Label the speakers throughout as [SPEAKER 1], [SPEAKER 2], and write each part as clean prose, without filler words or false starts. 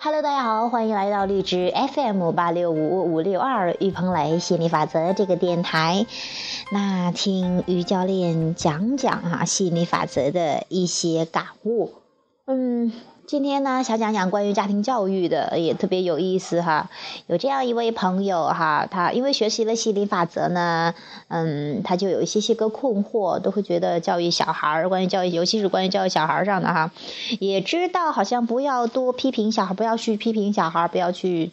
[SPEAKER 1] Hello， 大家好，欢迎来到荔枝 FM8655562于鹏雷心理法则这个电台。那听于教练讲讲心理法则的一些感悟。今天呢，想讲讲关于家庭教育的，也特别有意思哈。有这样一位朋友哈，他因为学习了心理法则呢，他就有一些个困惑，都会觉得教育小孩，关于教育，尤其是关于教育小孩上的哈，也知道好像不要多批评小孩，不要去批评小孩，不要去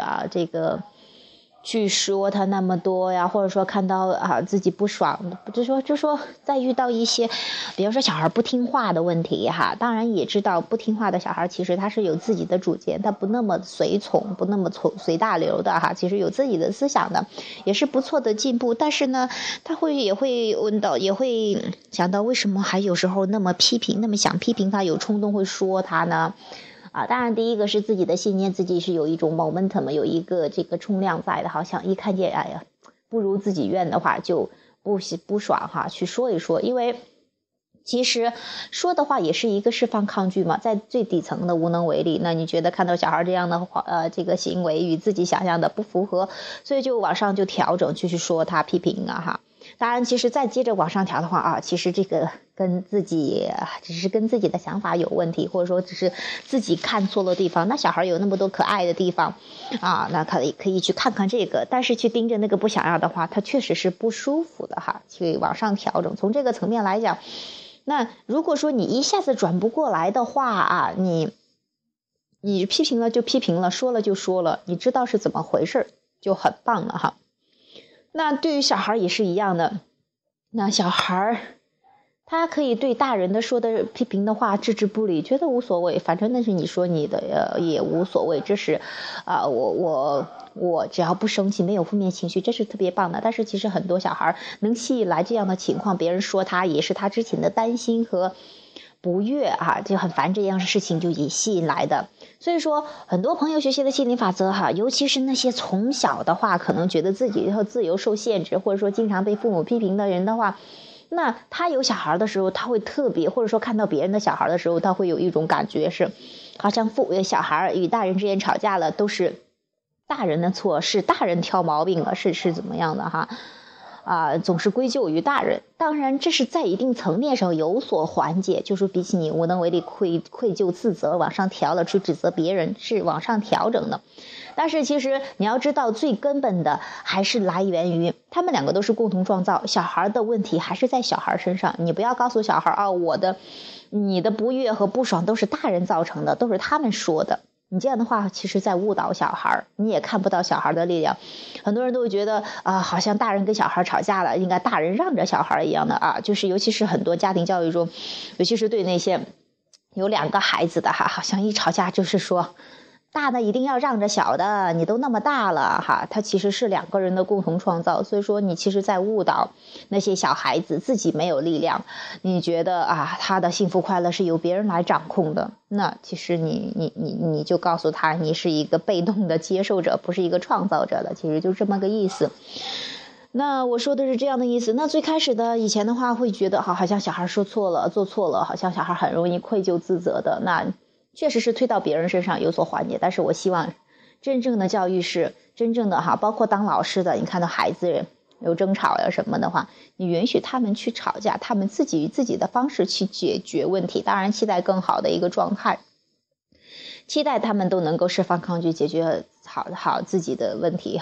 [SPEAKER 1] 说他那么多呀，或者说看到自己不爽，就说再遇到一些，比如说小孩不听话的问题哈，当然也知道不听话的小孩其实他是有自己的主见，他不那么随从，不那么随大流的哈，其实有自己的思想的，也是不错的进步。但是呢，他也会问到，也会想到为什么还有时候那么想批评他，有冲动会说他呢？当然第一个是自己的信念，自己是有一种 momentum， 有一个这个冲量在的，好像一看见不如自己愿的话就不爽哈，去说一说。因为其实说的话也是一个释放抗拒嘛，在最底层的无能为力。那你觉得看到小孩这样的这个行为与自己想象的不符合，所以就往上就调整，去说他批评哈。当然其实再接着往上调的话其实这个只是跟自己的想法有问题，或者说只是自己看错了地方。那小孩有那么多可爱的地方那可以去看看这个，但是去盯着那个不想要的话，他确实是不舒服的哈。去往上调整，从这个层面来讲，那如果说你一下子转不过来的话你批评了就批评了，说了就说了，你知道是怎么回事就很棒了哈。那对于小孩也是一样的，那小孩他可以对大人的说的批评的话置之不理，觉得无所谓，反正那是你说你的也无所谓，这是我只要不生气，没有负面情绪，这是特别棒的。但是其实很多小孩能吸引来这样的情况，别人说他也是他之前的担心和不悦就很烦，这样的事情就也吸引来的。所以说很多朋友学习的心理法则尤其是那些从小的话可能觉得自己自由受限制，或者说经常被父母批评的人的话，那他有小孩的时候他会特别，或者说看到别人的小孩的时候，他会有一种感觉是好像小孩与大人之间吵架了都是大人的错，是大人挑毛病了，是怎么样的哈总是归咎于大人。当然这是在一定层面上有所缓解，就是比起你无能为力愧疚自责往上调了，去指责别人是往上调整的。但是其实你要知道最根本的还是来源于他们两个都是共同创造，小孩的问题还是在小孩身上。你不要告诉小孩你的不悦和不爽都是大人造成的，都是他们说的，你这样的话其实在误导小孩，你也看不到小孩的力量。很多人都会觉得好像大人跟小孩吵架了，应该大人让着小孩一样的就是尤其是很多家庭教育中，尤其是对那些有2个孩子的好像一吵架就是说大的一定要让着小的，你都那么大了它其实是2个人的共同创造。所以说你其实在误导那些小孩子自己没有力量，你觉得他的幸福快乐是由别人来掌控的，那其实你就告诉他你是一个被动的接受者，不是一个创造者的，其实就这么个意思。那我说的是这样的意思。那最开始的以前的话会觉得好像小孩说错了做错了，好像小孩很容易愧疚自责的，那确实是推到别人身上有所缓解。但是我希望真正的教育是真正的包括当老师的，你看到孩子有争吵什么的话，你允许他们去吵架，他们自己以自己的方式去解决问题，当然期待更好的一个状态，期待他们都能够释放抗拒，解决好自己的问题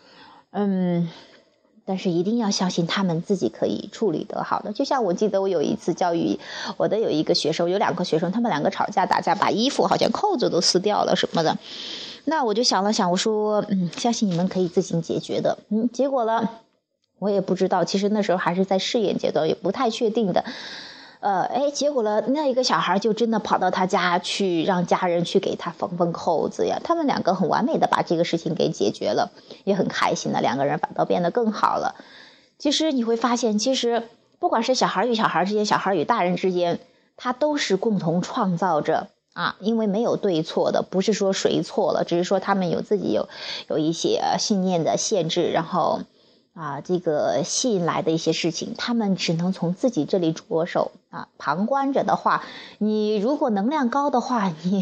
[SPEAKER 1] 但是一定要相信他们自己可以处理得好的。就像我记得我有一次教育我的有一个学生，有2个学生，他们2个吵架打架，把衣服好像扣子都撕掉了什么的。那我就想了想，我说相信你们可以自行解决的。结果了我也不知道，其实那时候还是在试验阶段，也不太确定的。结果了那一个小孩就真的跑到他家去，让家人去给他缝扣子呀。他们2个很完美的把这个事情给解决了，也很开心的，2个人反倒变得更好了。其实你会发现，其实不管是小孩与小孩之间，小孩与大人之间，他都是共同创造着因为没有对错的，不是说谁错了，只是说他们有自己有一些信念的限制，然后这个吸引来的一些事情，他们只能从自己这里着手旁观者的话，你如果能量高的话，你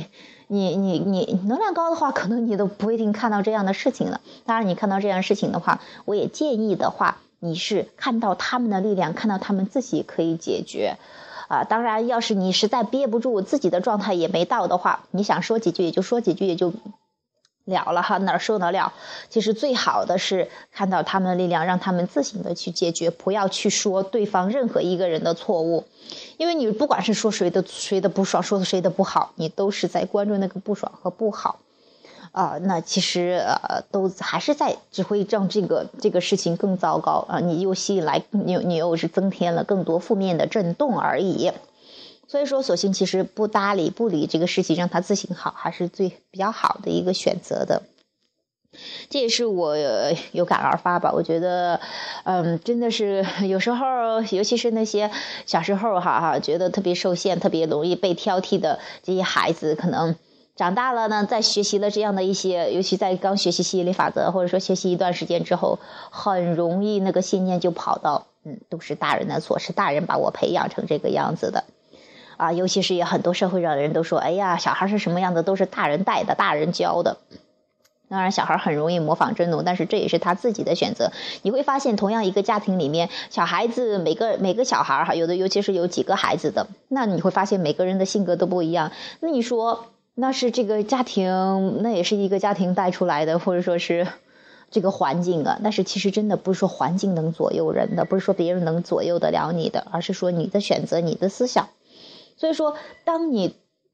[SPEAKER 1] 你能量高的话，可能你都不一定看到这样的事情了。当然你看到这样的事情的话，我也建议的话，你是看到他们的力量，看到他们自己可以解决当然要是你实在憋不住，自己的状态也没到的话，你想说几句也就说几句，也就了了哈，哪儿受得了。其实最好的是看到他们的力量，让他们自行的去解决，不要去说对方任何一个人的错误。因为你不管是说谁的不爽，说谁的不好，你都是在关注那个不爽和不好那其实都还是只会让这个事情更糟糕你又吸引来你又是增添了更多负面的震动而已。所以说索性其实不搭理不理这个事情，让它自行好，还是比较好的一个选择的。这也是我有感而发吧。我觉得真的是有时候尤其是那些小时候觉得特别受限特别容易被挑剔的这些孩子，可能长大了呢，在学习了这样的一些，尤其在刚学习吸引力法则或者说学习一段时间之后，很容易那个信念就跑到都是大人的错，是大人把我培养成这个样子的尤其是也很多社会上的人都说，哎呀，小孩是什么样的都是大人带的，大人教的。当然小孩很容易模仿真奴，但是这也是他自己的选择。你会发现同样一个家庭里面，小孩子每个小孩有的尤其是有几个孩子的，那你会发现每个人的性格都不一样。那你说那是这个家庭，那也是一个家庭带出来的，或者说是这个环境但是其实真的不是说环境能左右人的，不是说别人能左右得了你的，而是说你的选择，你的思想。所以说当你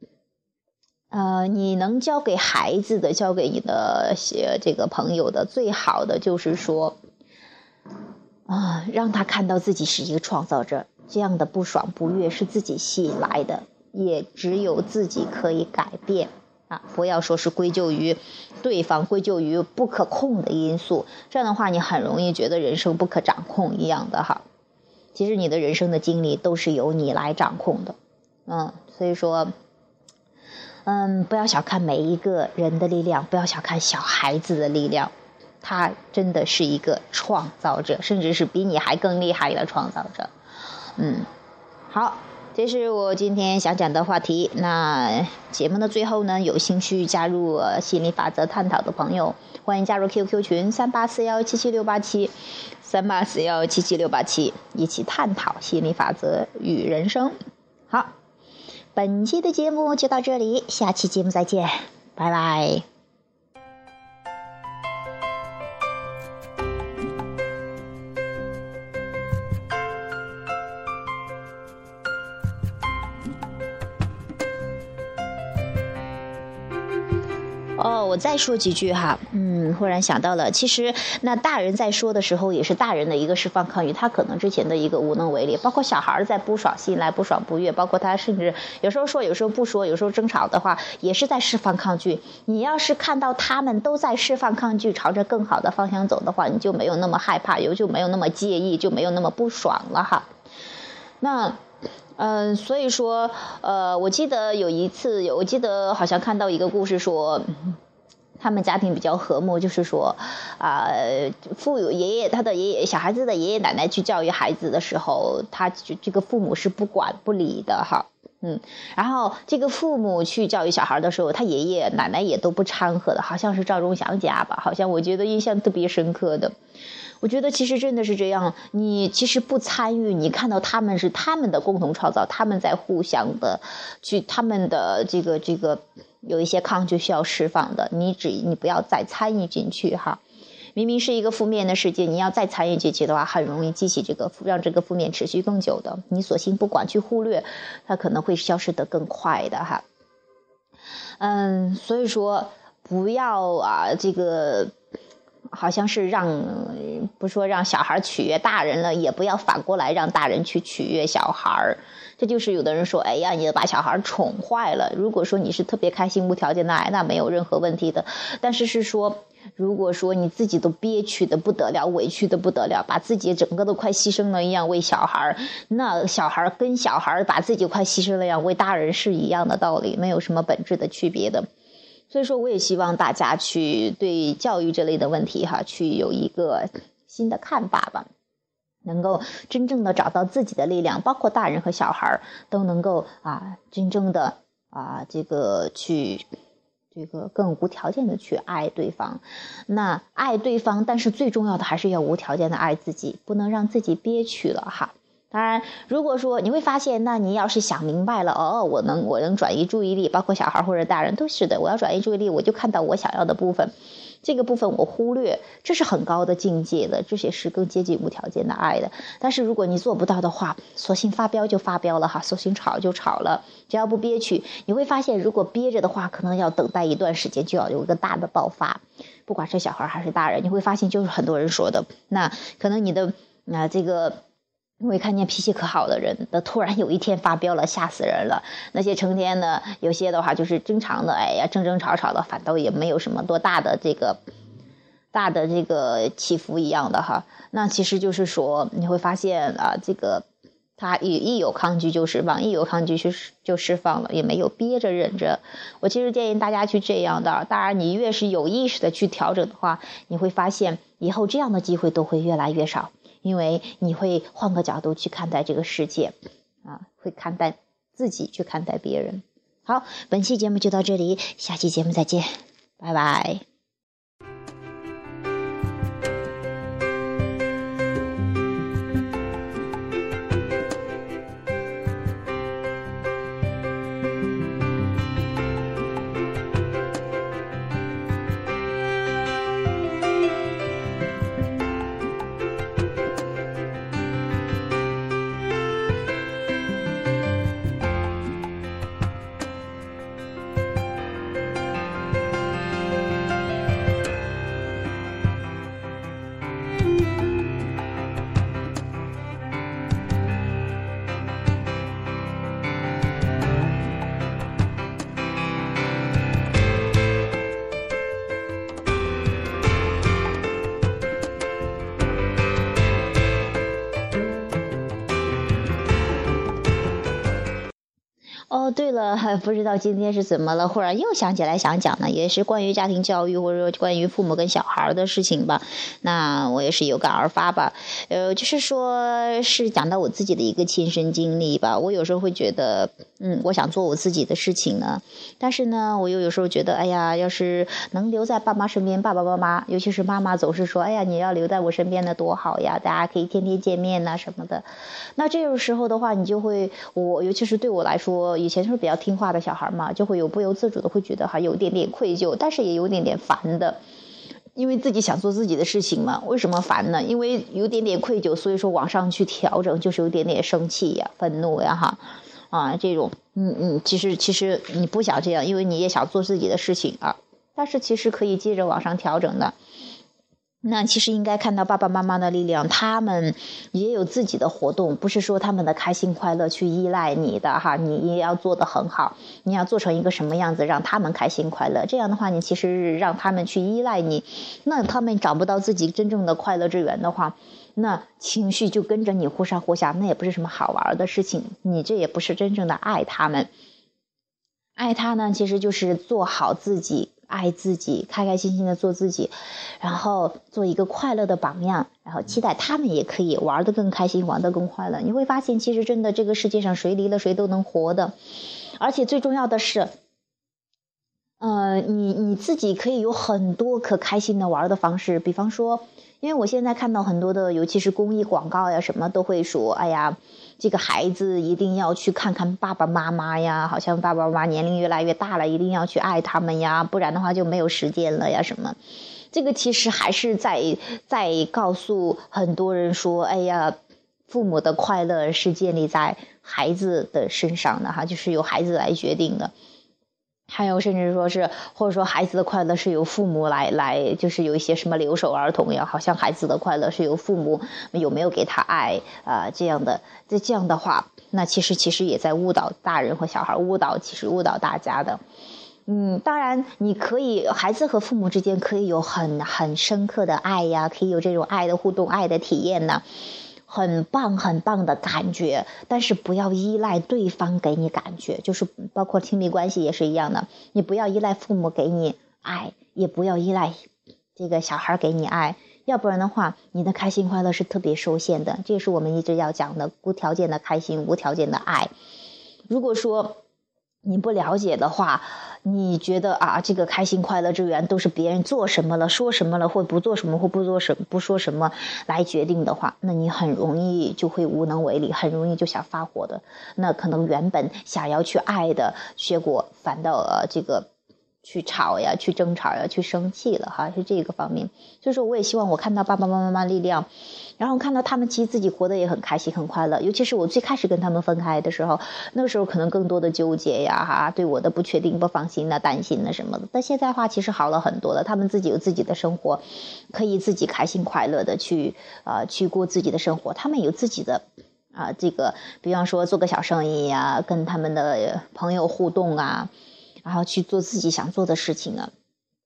[SPEAKER 1] 能教给孩子的，教给你的这个朋友的，最好的就是说让他看到自己是一个创造者，这样的不爽不悦是自己吸引来的，也只有自己可以改变不要说是归咎于对方，归咎于不可控的因素，这样的话你很容易觉得人生不可掌控一样的其实你的人生的经历都是由你来掌控的所以说不要小看每一个人的力量，不要小看小孩子的力量，他真的是一个创造者，甚至是比你还更厉害的创造者好，这是我今天想讲的话题。那节目的最后呢，有兴趣加入吸引力法则探讨的朋友，欢迎加入 QQ 群3841776687 3841776687，一起探讨吸引力法则与人生。好，本期的节目就到这里，下期节目再见，拜拜。我再说几句忽然想到了，其实那大人在说的时候也是大人的一个释放抗拒，他可能之前的一个无能为力，包括小孩在不爽吸引来不爽不悦，包括他甚至有时候说有时候不说，有时候争吵的话也是在释放抗拒。你要是看到他们都在释放抗拒，朝着更好的方向走的话，你就没有那么害怕，就没有那么介意，就没有那么不爽了那所以说我记得有一次我记得好像看到一个故事说他们家庭比较和睦，就是说他的爷爷小孩子的爷爷奶奶去教育孩子的时候，他这个父母是不管不理的然后这个父母去教育小孩的时候，他爷爷奶奶也都不掺和的，好像是赵忠祥家吧，好像我觉得印象特别深刻的。我觉得其实真的是这样，你其实不参与，你看到他们是他们的共同创造，他们在互相的他们的这个有一些抗拒需要释放的，你不要再参与进去明明是一个负面的世界，你要再参与进去的话，很容易激起让这个负面持续更久的，你索性不管去忽略，它可能会消失得更快的所以说不要这个好像是不说让小孩取悦大人了，也不要反过来让大人去取悦小孩。这就是有的人说，哎呀，你把小孩宠坏了。如果说你是特别开心无条件的爱，那没有任何问题的。但是说如果说你自己都憋屈的不得了，委屈的不得了，把自己整个都快牺牲了一样为小孩，那小孩跟小孩把自己快牺牲了一样为大人是一样的道理，没有什么本质的区别的。所以说我也希望大家去对教育这类的问题去有一个新的看法吧，能够真正的找到自己的力量，包括大人和小孩都能够真正的这个去这个更无条件的去爱对方。那爱对方，但是最重要的还是要无条件的爱自己，不能让自己憋屈了哈。当然如果说你会发现，那你要是想明白了，我能转移注意力，包括小孩或者大人都是的，我要转移注意力，我就看到我想要的部分，这个部分我忽略，这是很高的境界的，这些是更接近无条件的爱的。但是如果你做不到的话，索性发飙就发飙了哈，索性吵就吵了，只要不憋屈，你会发现如果憋着的话，可能要等待一段时间，就要有一个大的爆发，不管是小孩还是大人，你会发现就是很多人说的，那可能你的这个因为看见脾气可好的人的突然有一天发飙了，吓死人了。那些成天的有些的话就是正常的，哎呀争争吵吵的，反倒也没有什么多大的这个起伏一样的哈。那其实就是说你会发现这个他一有抗拒就释放，一有抗拒就释放了，也没有憋着忍着。我其实建议大家去这样的，当然你越是有意识的去调整的话，你会发现以后这样的机会都会越来越少，因为你会换个角度去看待这个世界会看待自己，去看待别人。好，本期节目就到这里，下期节目再见，拜拜。对了，不知道今天是怎么了，忽然又想起来想讲呢，也是关于家庭教育或者说关于父母跟小孩的事情吧。那我也是有感而发吧，就是说是讲到我自己的一个亲身经历吧。我有时候会觉得，我想做我自己的事情呢，但是呢，我又有时候觉得，哎呀，要是能留在爸妈身边，爸爸妈妈，尤其是妈妈总是说，哎呀，你要留在我身边的多好呀，大家可以天天见面呐什么的。那这种时候的话，你就会，尤其是对我来说，以前是比较听话的小孩嘛，就会有不由自主的会觉得有点点愧疚，但是也有点点烦的，因为自己想做自己的事情嘛。为什么烦呢？因为有点点愧疚，所以说往上去调整，就是有点点生气呀、愤怒呀这种其实你不想这样，因为你也想做自己的事情但是其实可以接着往上调整的。那其实应该看到爸爸妈妈的力量，他们也有自己的活动，不是说他们的开心快乐去依赖你的你也要做得很好，你要做成一个什么样子让他们开心快乐，这样的话你其实是让他们去依赖你，那他们找不到自己真正的快乐之源的话，那情绪就跟着你忽上忽下，那也不是什么好玩的事情，你这也不是真正的爱他们。爱他呢，其实就是做好自己，爱自己，开开心心的做自己，然后做一个快乐的榜样，然后期待他们也可以玩得更开心，玩得更快乐。你会发现其实真的这个世界上谁离了谁都能活的，而且最重要的是你自己可以有很多可开心的玩的方式。比方说，因为我现在看到很多的尤其是公益广告呀什么都会说，哎呀这个孩子一定要去看看爸爸妈妈呀，好像爸爸妈妈年龄越来越大了，一定要去爱他们呀，不然的话就没有时间了呀什么。这个其实还是在告诉很多人说，哎呀父母的快乐是建立在孩子的身上的就是由孩子来决定的。还有甚至说是或者说孩子的快乐是由父母来就是有一些什么留守儿童呀，好像孩子的快乐是由父母有没有给他爱这样的话，那其实也在误导大人和小孩，误导大家的。当然你可以孩子和父母之间可以有很深刻的爱呀，可以有这种爱的互动，爱的体验呢，很棒的感觉，但是不要依赖对方给你感觉，就是包括亲密关系也是一样的，你不要依赖父母给你爱，也不要依赖这个小孩给你爱，要不然的话你的开心快乐是特别受限的。这也是我们一直要讲的无条件的开心，无条件的爱。如果说你不了解的话，你觉得啊，这个开心快乐之源都是别人做什么了、说什么了，或不做什么或不说什么来决定的话，那你很容易就会无能为力，很容易就想发火的。那可能原本想要去爱的结果，反倒这个去吵呀、去争吵呀、去生气了哈，是这个方面。所以说，我也希望我看到爸爸妈妈力量。然后看到他们其实自己活得也很开心很快乐，尤其是我最开始跟他们分开的时候，那个时候可能更多的纠结呀对我的不确定不放心担心什么的，但现在的话其实好了很多了，他们自己有自己的生活，可以自己开心快乐的去过自己的生活，他们有自己的这个比方说做个小生意呀，跟他们的朋友互动啊，然后去做自己想做的事情啊。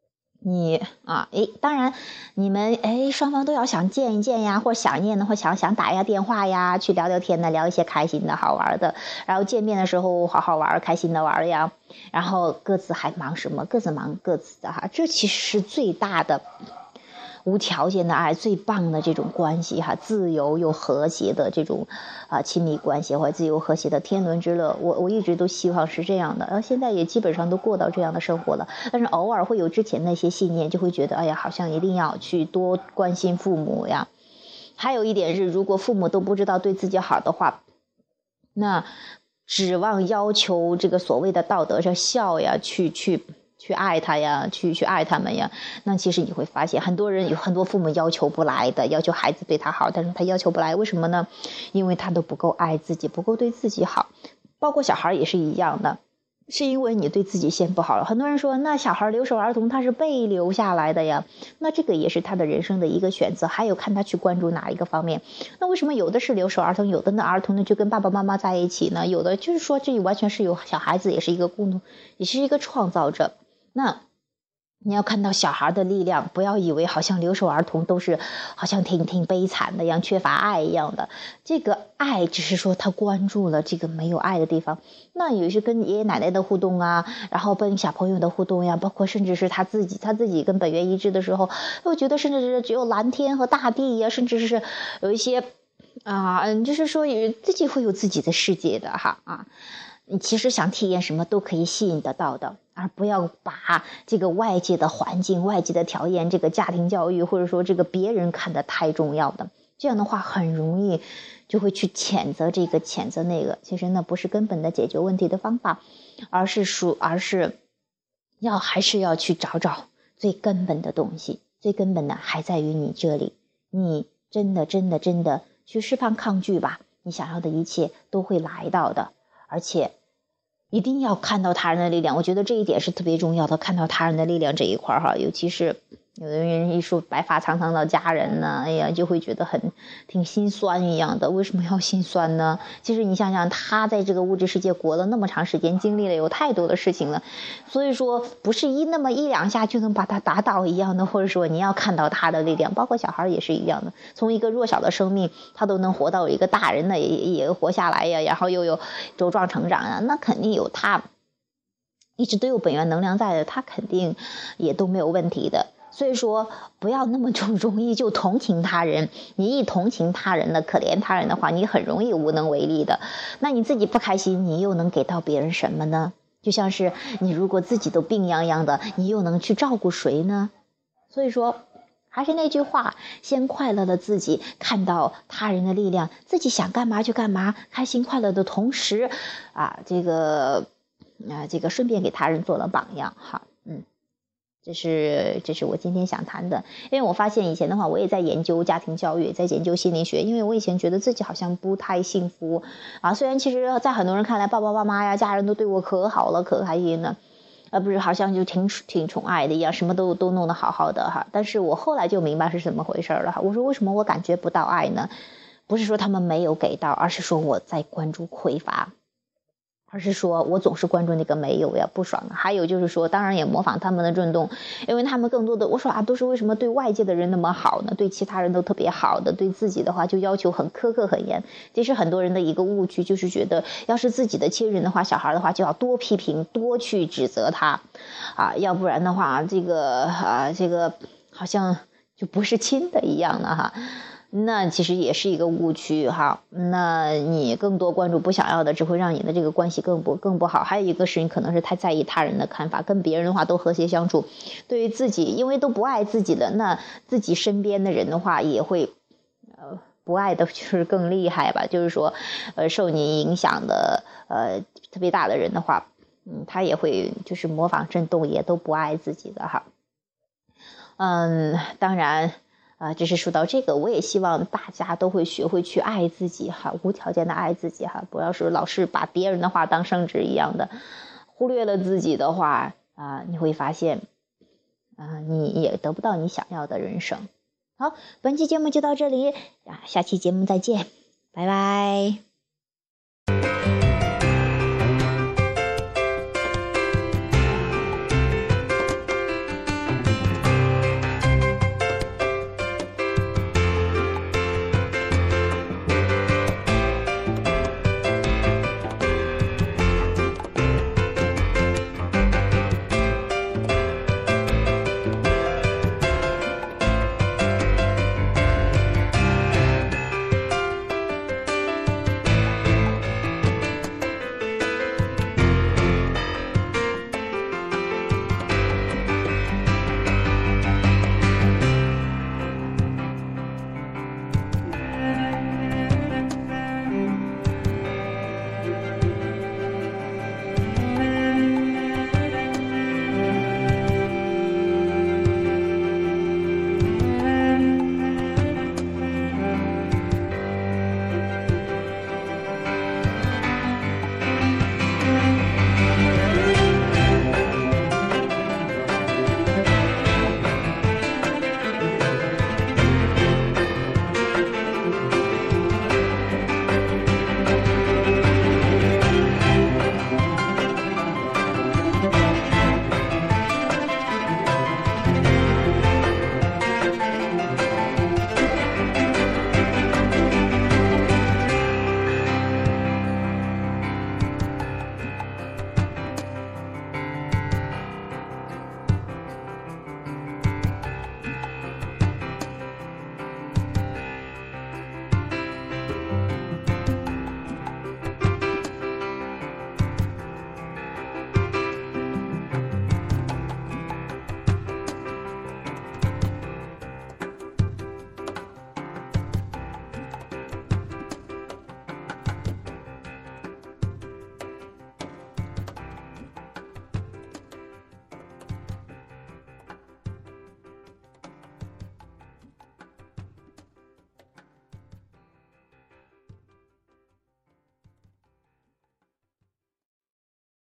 [SPEAKER 1] 当然你们双方都要想见一见呀，或想念的或想打一下电话呀，去聊聊天的，聊一些开心的好玩的，然后见面的时候好好玩开心的玩呀，然后各自还忙什么，各自忙各自的哈，这其实是最大的无条件的爱，最棒的这种关系哈，自由又和谐的这种亲密关系，或者自由和谐的天伦之乐，我一直都希望是这样的，现在也基本上都过到这样的生活了，但是偶尔会有之前那些信念，就会觉得哎呀，好像一定要去多关心父母呀。还有一点是，如果父母都不知道对自己好的话，那指望要求这个所谓的道德上孝呀，去爱他呀，去爱他们呀，那其实你会发现很多父母要求不来的，要求孩子对他好，但是他要求不来，为什么呢？因为他都不够爱自己，不够对自己好，包括小孩也是一样的，是因为你对自己先不好了。很多人说那小孩留守儿童他是被留下来的呀，那这个也是他的人生的一个选择，还有看他去关注哪一个方面。那为什么有的是留守儿童，有的那儿童呢就跟爸爸妈妈在一起呢？有的就是说这完全是有小孩子也是一个共同，也是一个创造者。那你要看到小孩的力量，不要以为好像留守儿童都是好像挺悲惨的一样，缺乏爱一样的。这个爱只是说他关注了这个没有爱的地方。那有些跟爷爷奶奶的互动啊，然后跟小朋友的互动呀，包括甚至是他自己跟本源一致的时候，我觉得甚至是只有蓝天和大地呀，甚至是有一些就是说自己会有自己的世界的你其实想体验什么都可以吸引得到的，而不要把这个外界的环境、外界的条件、这个家庭教育或者说这个别人看得太重要的，这样的话很容易就会去谴责这个谴责那个，其实那不是根本的解决问题的方法，而是还是要去找最根本的东西，最根本的还在于你这里，你真的去释放抗拒吧，你想要的一切都会来到的，而且一定要看到他人的力量，我觉得这一点是特别重要的，看到他人的力量这一块尤其是有的人一说白发苍苍的家人呢，哎呀就会觉得挺心酸一样的，为什么要心酸呢？其实你想想，他在这个物质世界活了那么长时间，经历了有太多的事情了，所以说不是那么一两下就能把他打倒一样的，或者说你要看到他的力量，包括小孩也是一样的，从一个弱小的生命他都能活到一个大人的也活下来呀，然后又有茁壮成长呀，那肯定有他一直都有本源能量在的，他肯定也都没有问题的。所以说不要那么容易就同情他人，你一同情他人的可怜他人的话，你很容易无能为力的，那你自己不开心，你又能给到别人什么呢？就像是你如果自己都病殃殃的，你又能去照顾谁呢？所以说还是那句话，先快乐的自己，看到他人的力量，自己想干嘛就干嘛，开心快乐的同时这个顺便给他人做了榜样这是我今天想谈的。因为我发现以前的话我也在研究家庭教育，在研究心理学，因为我以前觉得自己好像不太幸福虽然其实在很多人看来爸爸妈妈呀家人都对我可好了可开心了不是好像就挺宠爱的一样，什么都弄得好好的但是我后来就明白是怎么回事了我说为什么我感觉不到爱呢？不是说他们没有给到，而是说我在关注匮乏，而是说我总是关注那个没有呀不爽还有就是说当然也模仿他们的震动，因为他们更多的我说都是为什么对外界的人那么好呢？对其他人都特别好的，对自己的话就要求很苛刻很严。其实很多人的一个误区就是觉得要是自己的亲人的话，小孩的话就要多批评多去指责他要不然的话这个好像就不是亲的一样的哈。那其实也是一个误区哈。那你更多关注不想要的，只会让你的这个关系更不好。还有一个是你可能是太在意他人的看法，跟别人的话都和谐相处，对于自己因为都不爱自己的，那自己身边的人的话也会不爱的就是更厉害吧。就是说受你影响的特别大的人的话，他也会就是模仿震动，也都不爱自己的哈。当然只是说到这个，我也希望大家都会学会去爱自己哈，无条件的爱自己哈，不要说老是把别人的话当圣旨一样的，忽略了自己的话你会发现你也得不到你想要的人生。好，本期节目就到这里下期节目再见，拜拜。